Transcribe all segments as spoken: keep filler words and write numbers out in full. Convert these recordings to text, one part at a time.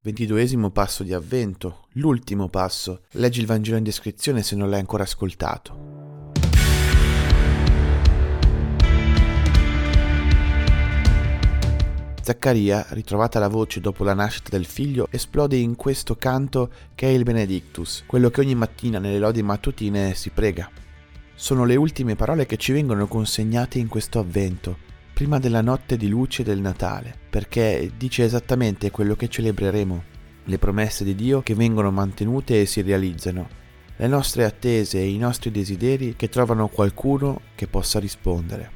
Ventiduesimo passo di Avvento, l'ultimo passo. Leggi il Vangelo in descrizione se non l'hai ancora ascoltato. Zaccaria, ritrovata la voce dopo la nascita del figlio, esplode in questo canto che è il Benedictus, quello che ogni mattina nelle lodi mattutine si prega. Sono le ultime parole che ci vengono consegnate in questo Avvento, prima della notte di luce del Natale, perché dice esattamente quello che celebreremo, le promesse di Dio che vengono mantenute e si realizzano, le nostre attese e i nostri desideri che trovano qualcuno che possa rispondere.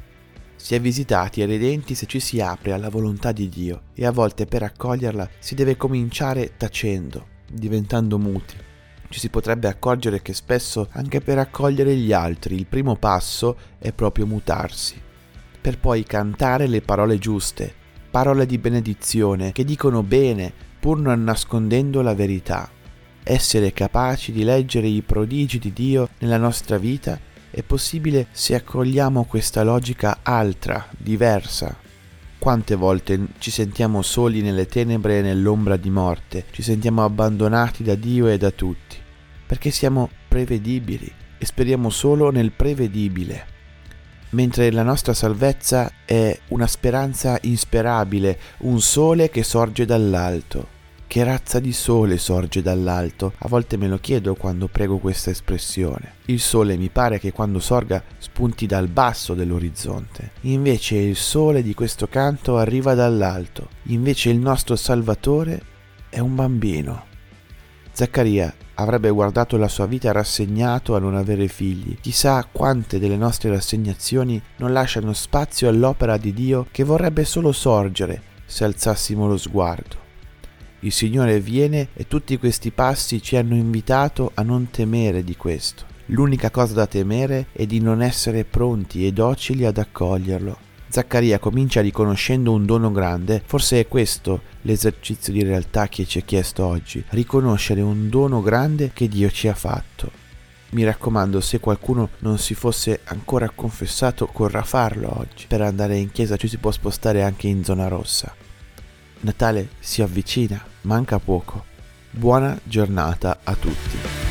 Si è visitati e redenti se ci si apre alla volontà di Dio e a volte per accoglierla si deve cominciare tacendo, diventando muti. Ci si potrebbe accorgere che spesso anche per accogliere gli altri il primo passo è proprio mutarsi, per poi cantare le parole giuste, parole di benedizione che dicono bene pur non nascondendo la verità. Essere capaci di leggere i prodigi di Dio nella nostra vita è possibile se accogliamo questa logica altra, diversa. Quante volte ci sentiamo soli nelle tenebre e nell'ombra di morte, ci sentiamo abbandonati da Dio e da tutti, perché siamo prevedibili e speriamo solo nel prevedibile, mentre la nostra salvezza è una speranza insperabile, un sole che sorge dall'alto. Che razza di sole sorge dall'alto? A volte me lo chiedo quando prego questa espressione. Il sole mi pare che quando sorga spunti dal basso dell'orizzonte. Invece il sole di questo canto arriva dall'alto. Invece il nostro Salvatore è un bambino. Zaccaria avrebbe guardato la sua vita rassegnato a non avere figli. Chissà quante delle nostre rassegnazioni non lasciano spazio all'opera di Dio che vorrebbe solo sorgere se alzassimo lo sguardo. Il Signore viene e tutti questi passi ci hanno invitato a non temere di questo. L'unica cosa da temere è di non essere pronti e docili ad accoglierlo. Zaccaria comincia riconoscendo un dono grande, forse è questo l'esercizio di realtà che ci è chiesto oggi, riconoscere un dono grande che Dio ci ha fatto. Mi raccomando, se qualcuno non si fosse ancora confessato, corra a farlo oggi. Per andare in chiesa ci si può spostare anche in zona rossa. Natale si avvicina, manca poco. Buona giornata a tutti.